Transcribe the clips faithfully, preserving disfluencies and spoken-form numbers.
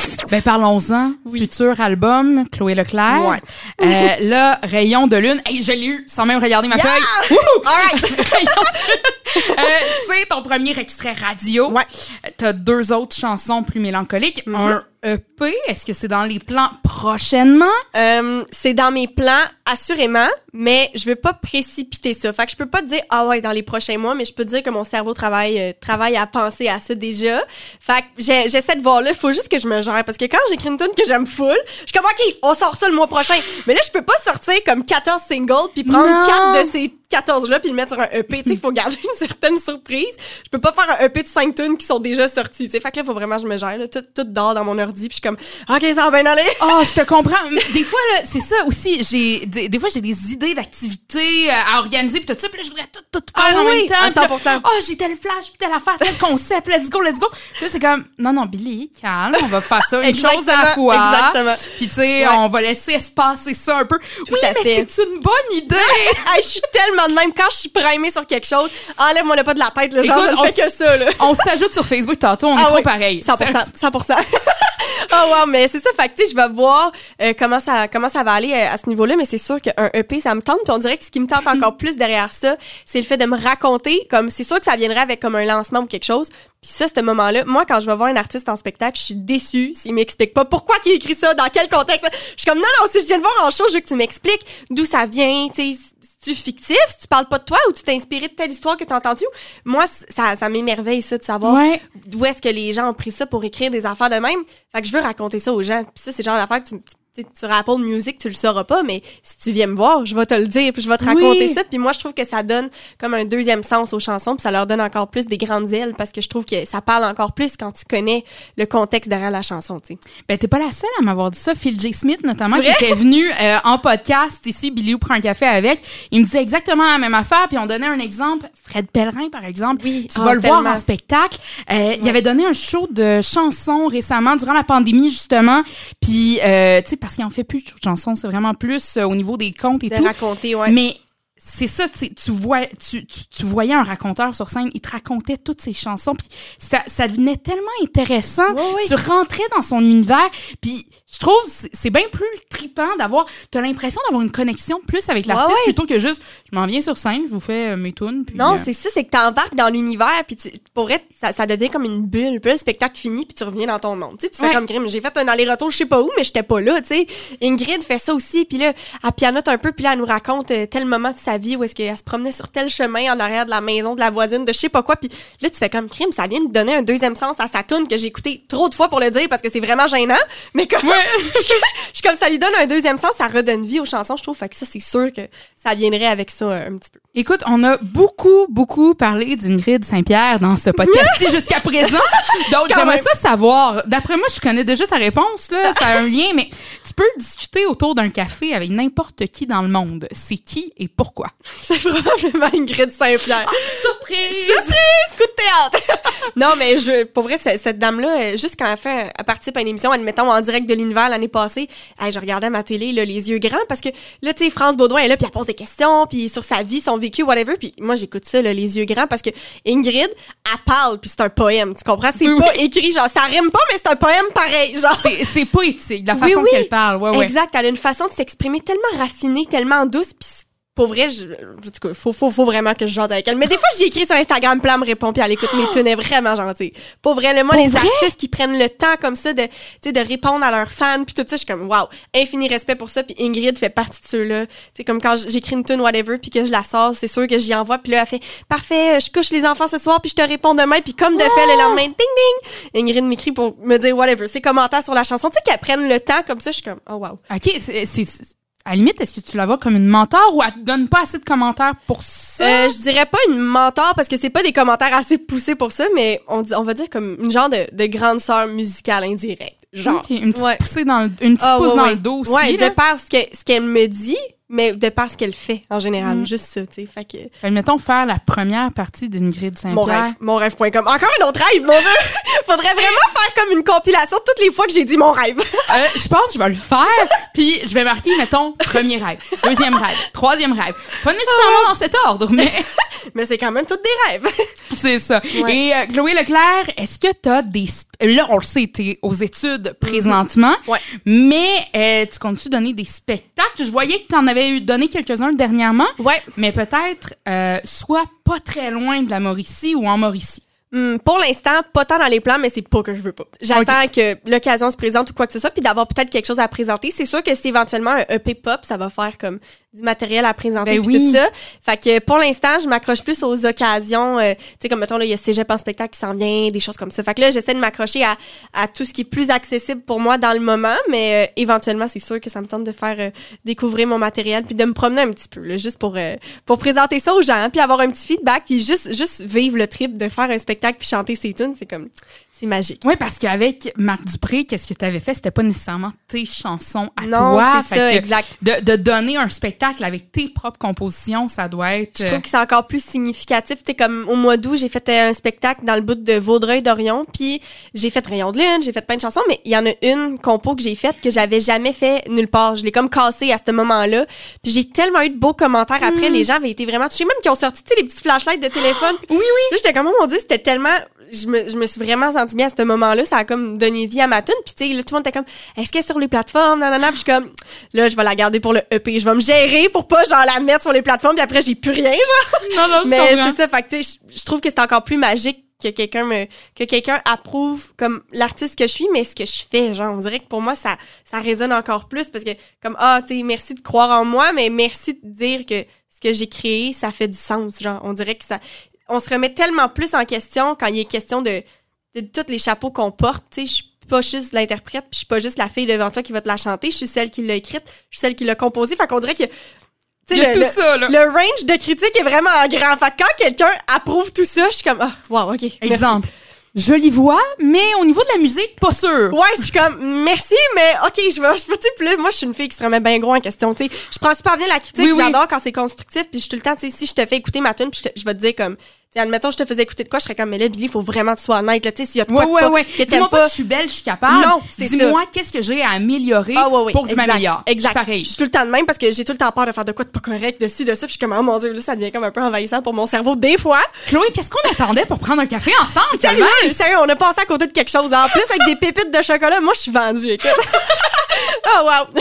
Ben parlons-en. Oui. Futur album, Chloé Leclerc. Ouais. Euh, là, Rayon de lune. Hey, je l'ai eu sans même regarder ma yeah! feuille. All right. euh, c'est ton premier extrait radio. Ouais. T'as deux autres chansons plus mélancoliques. Mm-hmm. Un E P, est-ce que c'est dans les plans prochainement? Euh, c'est dans mes plans, assurément, mais je veux pas précipiter ça. Fait que je peux pas te dire, ah ouais, dans les prochains mois, mais je peux te dire que mon cerveau travaille, euh, travaille à penser à ça déjà. Fait que j'ai, j'essaie de voir là, il faut juste que je me gère. Parce que quand j'écris une tune que j'aime full, je suis comme, OK, on sort ça le mois prochain. Mais là, je peux pas sortir comme quatorze singles puis prendre Non. quatre de ces quatorze-là puis le mettre sur un E P. Tu sais, il faut garder une certaine surprise. Je peux pas faire un E P de cinq tunes qui sont déjà sorties. Fait que là, il faut vraiment que je me gère. Là. Tout, tout dort dans mon ordi puis je suis comme, OK, ça va bien aller. Oh, je te comprends. Des fois, là, c'est ça aussi. J'ai, des, des fois, j'ai des idées d'activités à organiser puis tout ça. Puis là, je voudrais tout, tout faire Ah en oui, même temps. à cent Puis pour cent. là, oh, j'ai tel flash, puis telle affaire, tel concept. Let's go, let's go. Puis là, c'est comme, non, non, Billy, calme. On va faire ça une chose à la fois. Exactement. Puis tu sais, Ouais. on va laisser se passer ça un peu. Oui, à mais fait. c'est une bonne idée. Hey, je suis tellement de même. Quand je suis primée sur quelque chose, enlève-moi le pas de la tête. Là, genre, Écoute, je ne on fais que ça. Là. On s'ajoute sur Facebook tantôt. On est Ah trop oui, pareil. cent pour cent. cent pour cent. Oh wow, mais c'est ça. Fait que, tu sais, je vais voir euh, comment, ça, comment ça va aller euh, à ce niveau-là, mais c'est sûr qu'un E P, ça me tente. Puis on dirait que ce qui me tente encore plus derrière ça, c'est le fait de me raconter. Comme c'est sûr que ça viendrait avec comme un lancement ou quelque chose. Puis ça, ce moment-là, moi, quand je vais voir un artiste en spectacle, je suis déçue s'il m'explique pas pourquoi il écrit ça, dans quel contexte. Je suis comme, non, non, si je viens de voir en show, je veux que tu m'expliques d'où ça vient, tu sais. C'est-tu fictif? Si tu parles pas de toi ou tu t'es inspiré de telle histoire que t'as entendue? Moi, ça, ça m'émerveille, ça, de savoir Ouais. d'où est-ce que les gens ont pris ça pour écrire des affaires de même. Fait que je veux raconter ça aux gens. Puis ça, c'est le genre d'affaire que tu, tu, tu, sur Apple Music, tu le sauras pas, mais si tu viens me voir, je vais te le dire, puis je vais te raconter Oui. ça. Puis moi, je trouve que ça donne comme un deuxième sens aux chansons, puis ça leur donne encore plus des grandes ailes, parce que je trouve que ça parle encore plus quand tu connais le contexte derrière la chanson, tu sais. Ben, t'es pas la seule à m'avoir dit ça. Phil J. Smith, notamment, C'est qui vrai? était venu euh, en podcast ici, Billy ou prend un café avec. Il me disait exactement la même affaire, puis on donnait un exemple. Fred Pellerin, par exemple. Oui. Tu Ah, vas le voir tellement. en spectacle. Euh, Il avait donné un show de chansons récemment, durant la pandémie, justement. Puis, euh, tu sais, parce qu'il en fait plus de chansons, c'est vraiment plus euh, au niveau des contes et De tout. raconter, ouais. Mais c'est ça, c'est- tu, vois, tu, tu, tu voyais un raconteur sur scène, il te racontait toutes ses chansons, puis ça, ça devenait tellement intéressant. Oui, oui. Tu rentrais dans son univers, puis je trouve c'est, c'est bien plus trippant d'avoir, t'as l'impression d'avoir une connexion plus avec l'artiste Ouais, ouais. plutôt que juste, je m'en viens sur scène, je vous fais euh, mes tunes. Puis, Non, euh, c'est ça, c'est que t'embarques dans l'univers, puis tu, pour vrai, ça, ça devient comme une bulle. Puis là, le spectacle finit, puis tu reviens dans ton monde. Tu sais, tu fais Ouais. comme Grim. J'ai fait un aller-retour, je sais pas où, mais j'étais pas là, tu sais. Ingrid fait ça aussi, puis là, elle pianote un peu, puis là, elle nous raconte euh, tel moment de sa vie où est-ce qu'elle se promenait sur tel chemin en arrière de la maison de la voisine, de je sais pas quoi, puis là, tu fais comme Grim, ça vient de donner un deuxième sens à sa toune que j'ai écouté trop de fois pour le dire parce que c'est vraiment gênant, mais comme, je suis comme ça lui donne un deuxième sens, ça redonne vie aux chansons, je trouve. Fait que ça, c'est sûr que ça viendrait avec ça euh, un petit peu. Écoute, on a beaucoup, beaucoup parlé d'Ingrid Saint-Pierre dans ce podcast-ci jusqu'à présent. Donc, Quand j'aimerais même. ça savoir. D'après moi, je connais déjà ta réponse, là. Ça a un lien, mais tu peux discuter autour d'un café avec n'importe qui dans le monde. C'est qui et pourquoi? C'est probablement Ingrid Saint-Pierre. Surprise! Surprise! Coup de théâtre! Non, mais je, pour vrai, c'est- cette dame-là, euh, juste quand elle fait, elle participe à une émission, admettons, en direct de l'univers l'année passée, hey, je regardais ma télé, là, les yeux grands, parce que là, tu sais, France Baudouin est là, puis elle pose des questions, puis sur sa vie, son vécu, whatever, puis moi, j'écoute ça, là, les yeux grands, parce que Ingrid, elle parle, puis c'est un poème, tu comprends? C'est Oui, pas oui. écrit, genre, ça rime pas, mais c'est un poème pareil, genre. C'est, c'est poétique, la Oui, façon oui. qu'elle parle. Ouais, ouais. Exact, elle a une façon de s'exprimer tellement raffinée, tellement douce, puis pour vrai, je, en tout cas, faut, faut, faut vraiment que je jase avec elle. Mais des fois, j'y écris sur Instagram, puis elle me répond, puis elle écoute mes tunes, elle est vraiment gentille. Pour vrai, là, moi, Pour les vrai? artistes qui prennent le temps comme ça de, tu sais, de répondre à leurs fans, puis tout ça, je suis comme, wow, infini respect pour ça. Puis Ingrid fait partie de ceux-là. Tu sais, comme quand j'écris une tune, whatever, puis que je la sors, c'est sûr que j'y envoie, puis là, elle fait, parfait, je couche les enfants ce soir, puis je te réponds demain, puis comme de fait, le lendemain, ding ding, Ingrid m'écrit pour me dire whatever, ses commentaires sur la chanson. Tu sais, qu'elle prenne le temps comme ça, je suis comme, oh wow. OK, c'est, c'est- à la limite, est-ce que tu la vois comme une mentor ou elle te donne pas assez de commentaires pour ça? Euh, je dirais pas une mentor parce que c'est pas des commentaires assez poussés pour ça, mais on, dit, on va dire comme une genre de, de grande sœur musicale indirecte. Genre. OK, une petite Ouais. poussée dans le, une petite Ah, pouce ouais, dans ouais. le dos aussi. Ouais, de là. par ce que- ce qu'elle me dit, mais de par ce qu'elle fait en général. Mm. Juste ça, tu sais. Fait que. Fait, mettons, faire la première partie d'Ingrid Mon Saint-Pierre. rêve. Mon rêve point com. Encore un autre rêve, mon Dieu! Faudrait vraiment faire comme une compilation de toutes les fois que j'ai dit mon rêve. Euh, je pense que je vais le faire, puis je vais marquer, mettons, premier rêve, deuxième rêve, troisième rêve. Pas nécessairement dans cet ordre, mais... mais c'est quand même tous des rêves. C'est ça. Ouais. Et euh, Chloé Leclerc, est-ce que tu as des... sp- Là, on le sait, tu es aux études présentement, Mm-hmm. Ouais. mais euh, tu comptes-tu donner des spectacles? Je voyais que tu en avais eu donné quelques-uns dernièrement, Ouais. mais peut-être euh, soit pas très loin de la Mauricie ou en Mauricie. Hum, pour l'instant, pas tant dans les plans, mais c'est pas que je veux pas. J'attends que l'occasion se présente ou quoi que ce soit, puis d'avoir peut-être quelque chose à présenter. C'est sûr que c'est éventuellement un E P pop, ça va faire comme du matériel à présenter Ben puis oui. tout ça. Fait que pour l'instant, je m'accroche plus aux occasions. Euh, tu sais, comme mettons, là, il y a Cégep en spectacle qui s'en vient, des choses comme ça. Fait que là, j'essaie de m'accrocher à, à tout ce qui est plus accessible pour moi dans le moment, mais euh, éventuellement, c'est sûr que ça me tente de faire euh, découvrir mon matériel puis de me promener un petit peu, là, juste pour, euh, pour présenter ça aux gens, puis avoir un petit feedback, puis juste, juste vivre le trip de faire un spectacle puis chanter ses tunes, c'est comme, c'est magique. Oui, parce qu'avec Marc Dupré, qu'est-ce que tu avais fait? C'était pas nécessairement tes chansons à Non, toi. c'est Fait ça, que exact. De, de donner un spectacle avec tes propres compositions, ça doit être... Je trouve que c'est encore plus significatif. Tu sais, comme au mois d'août, j'ai fait euh, un spectacle dans le bout de Vaudreuil-Dorion, puis j'ai fait Rayon de lune, j'ai fait plein de chansons, mais il y en a une compo que j'ai faite que j'avais jamais fait nulle part. Je l'ai comme cassée à ce moment-là. Puis j'ai tellement eu de beaux commentaires après. Mm. Les gens avaient été vraiment touchés, même qui ont sorti, tu sais, les petites flashlights de téléphone. Oui, oui. Là, j'étais comme, oh mon Dieu, c'était tellement... Je me, je me suis vraiment sentie bien à ce moment-là. Ça a comme donné vie à ma tune. Puis, tu sais, là, tout le monde était comme, est-ce qu'elle est sur les plateformes? Non, non, non. Puis, je suis comme, là, je vais la garder pour le E P. Je vais me gérer pour pas, genre, la mettre sur les plateformes. Puis après, j'ai plus rien, genre. Non, non, je Mais comprends. c'est ça. Fait que, tu sais, je, je trouve que c'est encore plus magique que quelqu'un me, que quelqu'un approuve comme l'artiste que je suis, mais ce que je fais, genre, on dirait que pour moi, ça, ça résonne encore plus parce que, comme, ah, tu sais, merci de croire en moi, mais merci de dire que ce que j'ai créé, ça fait du sens, genre. On dirait que ça, on se remet tellement plus en question quand il est question de, de, de tous les chapeaux qu'on porte, tu sais, je suis pas juste l'interprète, puis je suis pas juste la fille devant toi qui va te la chanter, je suis celle qui l'a écrite, je suis celle qui l'a composée, fait qu'on dirait que Il y a le, tout le, ça, là. le range de critique est vraiment grand. Fait que quand quelqu'un approuve tout ça, je suis comme, ah, wow, OK. merci. Exemple. Jolie voix, mais au niveau de la musique, pas sûr. Ouais, je suis comme, merci, mais OK, je vais, je vais, tu sais, puis là, moi, je suis une fille qui se remet bien gros en question, tu sais. Je prends super bien la critique, Oui, oui. j'adore quand c'est constructif, puis je suis tout le temps, tu sais, si je te fais écouter ma tune, puis je, te- je vais te dire comme, tu sais, admettons, je te faisais écouter de quoi, je serais comme, mais là, Billy, il faut vraiment que tu sois honnête, là, tu sais, s'il y a de quoi Ouais, de ouais, pas, ouais. que t'aimes Dis-moi pas pas. que je suis belle, je suis capable. Non, c'est ça. Dis-moi qu'est-ce que j'ai à améliorer Ah, ouais, ouais, pour que je exact, m'améliore. Exact. Je suis pareil. Je suis tout le temps de même parce que j'ai tout le temps peur de faire de quoi de pas correct, de ci, de ça, puis je suis comme, oh mon Dieu, là, ça devient comme un peu envahissant pour mon cerveau des fois. Chloé, qu'est-ce qu'on attendait pour prendre un café ensemble? Sérieux, Sylvain? sérieux, on a passé à côté de quelque chose. En plus, avec des pépites de chocolat, moi, je suis vendue, écoute. Oh, wow.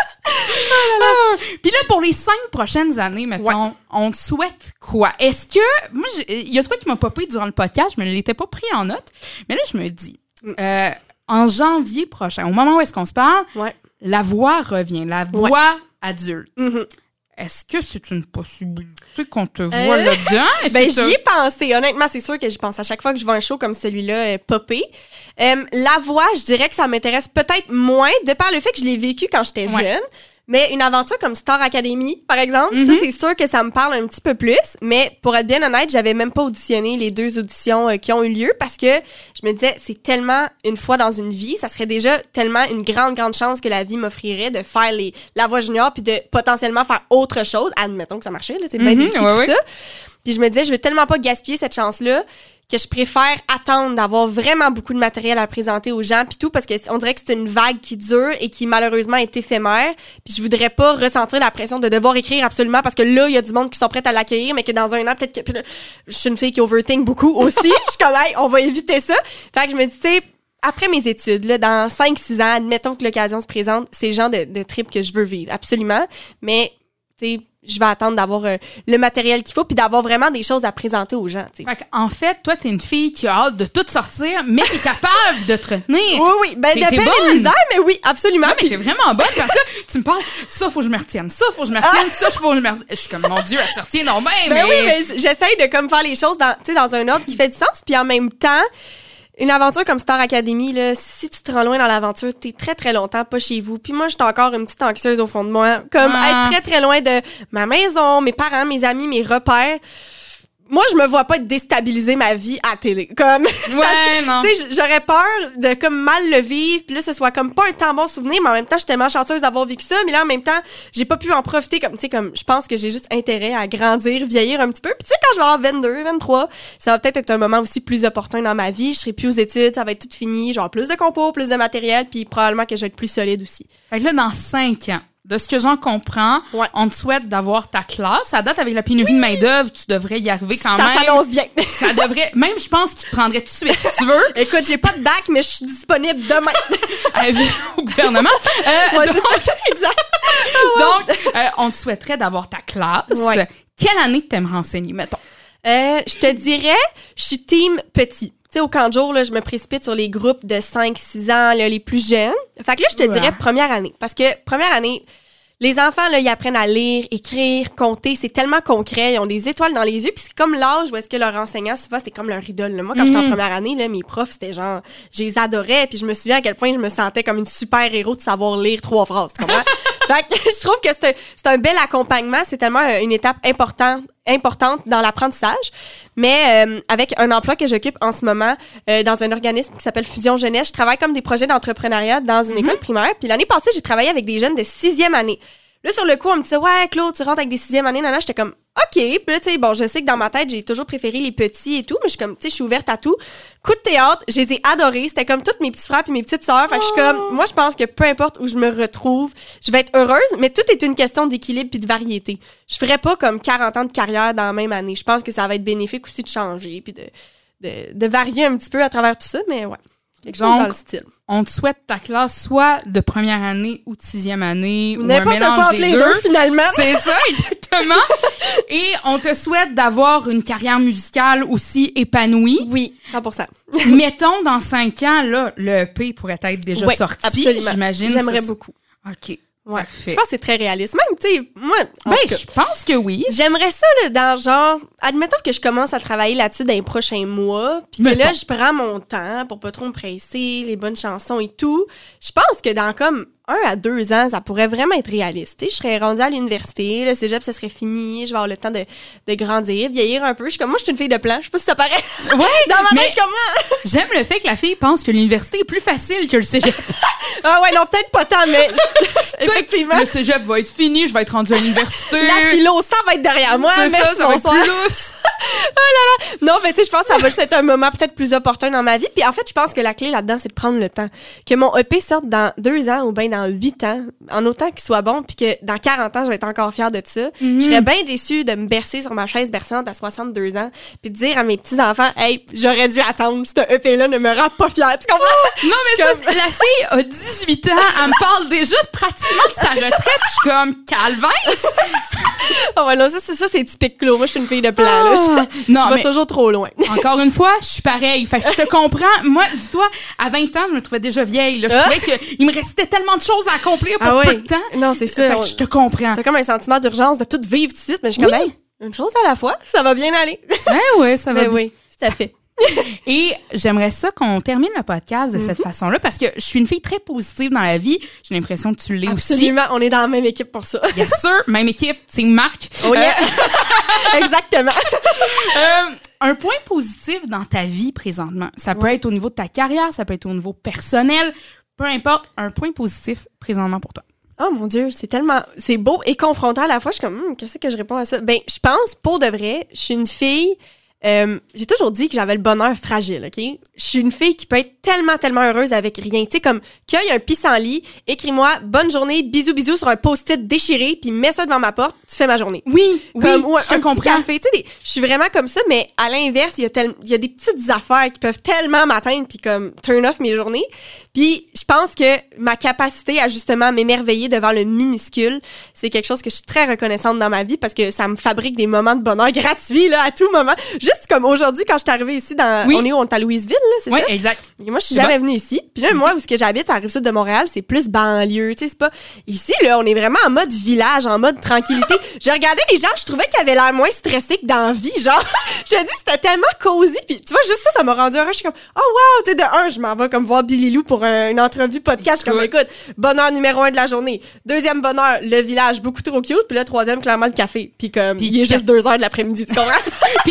Ah. Puis là, pour les cinq prochaines années, mettons, on te souhaite quoi? Est-ce que... Moi, j'ai- il y a de quoi qui m'a popé durant le podcast, je me l'étais pas pris en note. Mais là, je me dis, euh, en janvier prochain, au moment où est-ce qu'on se parle, Ouais. la voix revient, la voix adulte. Mhm. Est-ce que c'est une possibilité qu'on te voit Euh, là-dedans? Est-ce Ben, que t'as- j'y ai pensé. Honnêtement, c'est sûr que j'y pense à chaque fois que je vois un show comme celui-là euh, popper. Euh, la voix, je dirais que ça m'intéresse peut-être moins, de par le fait que je l'ai vécu quand j'étais Ouais. jeune. Mais une aventure comme Star Academy, par exemple, Mhm. ça, c'est sûr que ça me parle un petit peu plus. Mais pour être bien honnête, j'avais même pas auditionné les deux auditions euh, qui ont eu lieu parce que je me disais, c'est tellement une fois dans une vie, ça serait déjà tellement une grande, grande chance que la vie m'offrirait de faire les, la voix junior puis de potentiellement faire autre chose. Admettons que ça marchait, là, c'est bien Mhm, difficile ouais, tout ouais. ça. Puis je me disais, je veux tellement pas gaspiller cette chance-là que je préfère attendre d'avoir vraiment beaucoup de matériel à présenter aux gens puis tout parce que on dirait que c'est une vague qui dure et qui malheureusement est éphémère. Puis je voudrais pas ressentir la pression de devoir écrire absolument parce que là il y a du monde qui sont prêts à l'accueillir mais que dans un an peut-être que puis là, je suis une fille qui overthink beaucoup aussi. Je suis comme hey, on va éviter ça. Fait que je me dis tu sais après mes études, là, dans cinq six ans, admettons que l'occasion se présente, c'est le genre de, de trip que je veux vivre, absolument. Mais, tu sais, je vais attendre d'avoir euh, le matériel qu'il faut puis d'avoir vraiment des choses à présenter aux gens, tu sais. Fait en fait, toi, t'es une fille qui a hâte de tout sortir, mais t'es capable de te retenir. Oui, oui. Ben, T'es- de t'es peine et de bonne. misère, mais oui, absolument. Non, mais Puis- t'es vraiment bonne parce que tu me parles, ça, faut que je me retienne, ça, faut que je me retienne, ça, faut que je me retienne. Je suis comme, mon Dieu, elle se retient non ben, Ben mais... oui, mais j'essaye de comme faire les choses dans, tu sais, dans un ordre qui fait du sens. Puis en même temps, une aventure comme Star Academy, là, si tu te rends loin dans l'aventure, t'es très, très longtemps pas chez vous. Puis moi, j'étais encore une petite anxieuse au fond de moi. Comme Ah. être très, très loin de ma maison, mes parents, mes amis, mes repères. Moi, je me vois pas déstabiliser ma vie à télé. Comme, Ouais, non. tu sais, j'aurais peur de comme mal le vivre, puis là, ce soit comme pas un tant bon souvenir, mais en même temps, je suis tellement chanceuse d'avoir vécu ça, mais là, en même temps, j'ai pas pu en profiter comme, tu sais, comme, je pense que j'ai juste intérêt à grandir, vieillir un petit peu. Puis tu sais, quand je vais avoir vingt-deux, vingt-trois, ça va peut-être être un moment aussi plus opportun dans ma vie. Je serai plus aux études, ça va être tout fini, genre plus de compos, plus de matériel, puis probablement que je vais être plus solide aussi. Fait que là, dans cinq ans, de ce que j'en comprends, ouais. on te souhaite d'avoir ta classe. À date, avec la pénurie oui. de main-d'œuvre, tu devrais y arriver quand ça même. Ça s'annonce bien. Ça devrait... Même, je pense qu'il te prendrait tout de suite, si tu veux. Écoute, j'ai pas de bac, mais je suis disponible demain. Avis au gouvernement. Euh, ouais, donc, c'est ça, exact. donc euh, on te souhaiterait d'avoir ta classe. Ouais. Quelle année que t'aimes renseigner, mettons? Euh, je te dirais, je suis team petit. Tu sais, au camp de jour, là, je me précipite sur les groupes de cinq six ans, là, les plus jeunes. Fait que là, je te ouais. dirais première année. Parce que première année, les enfants, là, ils apprennent à lire, écrire, compter. C'est tellement concret. Ils ont des étoiles dans les yeux. Puis c'est comme l'âge où est-ce que leur enseignant, souvent, c'est comme leur idole. Là. Moi, quand mm-hmm. j'étais en première année, là, mes profs, c'était genre, je les adorais. Puis je me souviens à quel point je me sentais comme une super héros de savoir lire trois phrases. Tu comprends? Fait que je trouve que c'est un, c'est un bel accompagnement. C'est tellement une étape importante. importante dans l'apprentissage, mais euh, avec un emploi que j'occupe en ce moment euh, dans un organisme qui s'appelle Fusion Jeunesse, je travaille comme des projets d'entrepreneuriat dans une mm-hmm. école primaire. Puis l'année passée, j'ai travaillé avec des jeunes de sixième année. Là, sur le coup, on me disait « Ouais, Claude, tu rentres avec des sixième année. » J'étais comme « OK. » Puis là, tu sais, bon, je sais que dans ma tête, j'ai toujours préféré les petits et tout, mais je suis comme, tu sais, je suis ouverte à tout. Coup de théâtre, je les ai adorés. C'était comme tous mes petits frères et mes petites sœurs. Fait que je suis comme, moi, je pense que peu importe où je me retrouve, je vais être heureuse, mais tout est une question d'équilibre puis de variété. Je ferais pas comme quarante ans de carrière dans la même année. Je pense que ça va être bénéfique aussi de changer puis de, de, de varier un petit peu à travers tout ça, mais ouais. Quelque chose Donc, dans le style. On te souhaite ta classe soit de première année ou de sixième année ou, ou un mélange quoi entre des les deux, deux finalement. C'est ça, exactement. Et on te souhaite d'avoir une carrière musicale aussi épanouie. Oui, cent pour cent. Mettons, dans cinq ans, là, le E P pourrait être déjà ouais, sorti, absolument. J'imagine. J'aimerais ça, beaucoup. OK. Ouais. Parfait. Je pense que c'est très réaliste. Même, tu sais, moi, ben, je pense que oui. J'aimerais ça, là, dans genre, admettons que je commence à travailler là-dessus dans les prochains mois, puis que là, je prends mon temps pour pas trop me presser, les bonnes chansons et tout. Je pense que dans comme un à deux ans, ça pourrait vraiment être réaliste. T'sais, je serais rendue à l'université, le cégep, ça serait fini, je vais avoir le temps de, de grandir, vieillir un peu. Je suis comme, moi, je suis une fille de plan. Je sais pas si ça paraît. Ouais, dans ma mais tête, je suis comme moi. J'aime le fait que la fille pense que l'université est plus facile que le cégep. Ah ouais, non, peut-être pas tant, mais effectivement. Le cégep va être fini, je vais être rendue à l'université. La philo, ça va être derrière moi. C'est merci, ça, ça va être plus lousse. Oh là là. Non, mais tu sais, je pense que ça va juste être un moment peut-être plus opportun dans ma vie. Puis en fait, je pense que la clé là-dedans, c'est de prendre le temps. Que mon E P sorte dans deux ans ou bien dans huit ans, en autant qu'il soit bon, puis que dans quarante ans, je vais être encore fière de ça. Mm-hmm. Je serais bien déçue de me bercer sur ma chaise berçante à soixante-deux ans, puis de dire à mes petits-enfants, hey, j'aurais dû attendre, ce E P-là ne me rend pas fière. Tu comprends? Non, mais ça, comme... la fille a dix-huit ans, elle me parle déjà pratiquement de sa retraite. Je suis comme, calvaise! Oh, ouais, non, ça, c'est ça, c'est typique Claude. Moi, je suis une fille de plan, là. Je, non, je vais mais toujours trop loin. Encore une fois, je suis pareille. Fait que je te comprends. Moi, dis-toi, à vingt ans, je me trouvais déjà vieille, là. Je trouvais qu'il me restait tellement de choses à accomplir pour ah peu oui. de temps. Non, c'est ça. Fait que je te comprends. T'as comme un sentiment d'urgence de tout vivre tout de suite, mais je suis oui. comme, hey, une chose à la fois, ça va bien aller. Ben oui, ça va ben bien. Oui, tout à fait. Et j'aimerais ça qu'on termine le podcast de mm-hmm. cette façon-là parce que je suis une fille très positive dans la vie. J'ai l'impression que tu l'es Absolument, aussi. Absolument, on est dans la même équipe pour ça. Bien sûr, même équipe, c'est Marc. Oh yeah. euh... Exactement. euh, un point positif dans ta vie présentement, ça peut ouais. être au niveau de ta carrière, ça peut être au niveau personnel, peu importe, un point positif présentement pour toi. Oh mon Dieu, c'est tellement... C'est beau et confrontant à la fois. Je suis comme, hm, qu'est-ce que je réponds à ça? Ben, je pense, pour de vrai, je suis une fille... Euh, j'ai toujours dit que j'avais le bonheur fragile, OK? Je suis une fille qui peut être tellement, tellement heureuse avec rien. Tu sais, comme, cueille un pissenlit, écris-moi « Bonne journée, bisous, bisous » sur un post-it déchiré, puis mets ça devant ma porte, tu fais ma journée. Oui, comme, oui, ou je te un comprends. Petit café, tu sais, je suis vraiment comme ça, mais à l'inverse, il y a tel, il y a des petites affaires qui peuvent tellement m'atteindre, puis comme, turn off mes journées. Puis je pense que ma capacité à justement m'émerveiller devant le minuscule, c'est quelque chose que je suis très reconnaissante dans ma vie, parce que ça me fabrique des moments de bonheur gratuits, là, à tout moment. Juste comme aujourd'hui, quand je suis arrivée ici, dans, oui. on est où? On est à Louisville, là, c'est oui, ça? Oui, exact. Et moi, je suis jamais bon. venue ici. Puis là, moi, où ce que j'habite, à la Rive-Sud de Montréal, c'est plus banlieue, tu sais, c'est pas... Ici, là, on est vraiment en mode village, en mode tranquillité. J'ai regardé les gens, je trouvais qu'ils avaient l'air moins stressés que dans la vie, genre. Je te dis, c'était tellement cosy. Puis tu vois, juste ça, ça m'a rendu heureuse. Je suis comme, oh wow, tu sais, de un, je m'en vais comme voir Billy Lou pour un, une entrevue podcast. Je suis comme, écoute, bonheur numéro un de la journée. Deuxième bonheur, le village, beaucoup trop cute. Puis là, troisième, clairement, le café. Puis comme, puis il est juste deux heures de l'après-midi, tu comprends? Puis quatrième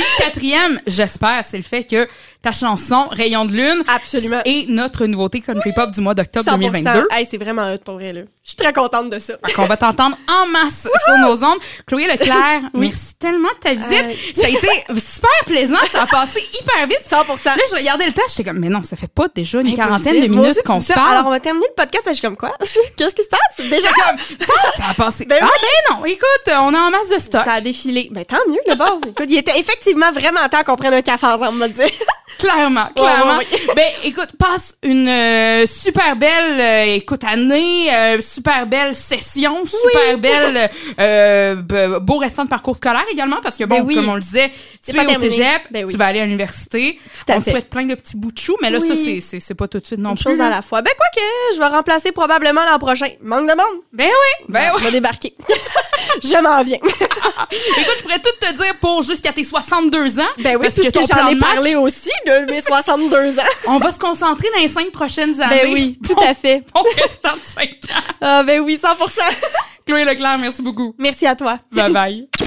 quatrième, j'espère, c'est le fait que ta chanson Rayon de lune Absolument. est notre nouveauté country pop du mois d'octobre cent deux pour cent. mille vingt-deux. Hey, c'est vraiment hot pour vrai, là. Je suis très contente de ça. On va t'entendre en masse sur nos ondes. Chloé Leclerc, Oui. merci tellement de ta visite. Euh, Ça a été super plaisant. Ça a passé hyper vite. cent pour cent. Là, je regardais le temps, j'étais comme, mais non, ça fait pas déjà une quarantaine de Impossible. Moi minutes aussi, qu'on tu se dis ça. parle. Alors, on va terminer le podcast. Je suis comme quoi? Qu'est-ce qui se passe? Déjà J'étais comme, ça, ça a passé. Ben ah, oui. ben non, écoute, on est en masse de stock. Ça a défilé. Ben, tant mieux, le bord. Écoute, il était effectivement vraiment temps qu'on prenne un café ensemble, on va dire. Clairement, clairement. Ouais, ouais, ouais. Ben, écoute, passe une euh, super belle, euh, écoute, année, euh, super belle session, super belle, euh, b- beau restant de parcours scolaire également, parce que bon, Ben oui. comme on le disait, C'est tu pas es au terminé. cégep, Ben oui. tu vas aller à l'université, Tout à on te fait. souhaite plein de petits bouts de chou, mais là, Oui. ça, c'est, c'est, c'est pas tout de suite non Une plus. chose là. à la fois. Ben, quoi que, je vais remplacer probablement l'an prochain. Manque de monde. Ben oui, ben oui. Je vais débarquer. Je m'en viens. Écoute, je pourrais tout te dire pour jusqu'à tes soixante-deux ans. Ben oui, parce que puisque ton j'en plan ai de match, parlé aussi de mes soixante-deux ans. on va se concentrer dans les cinq prochaines années. Ben oui, tout Bon- à fait. Bon restant de cinq ans. Ah, ben oui, cent pour cent. Chloé Leclerc, merci beaucoup. Merci à toi. Bye bye.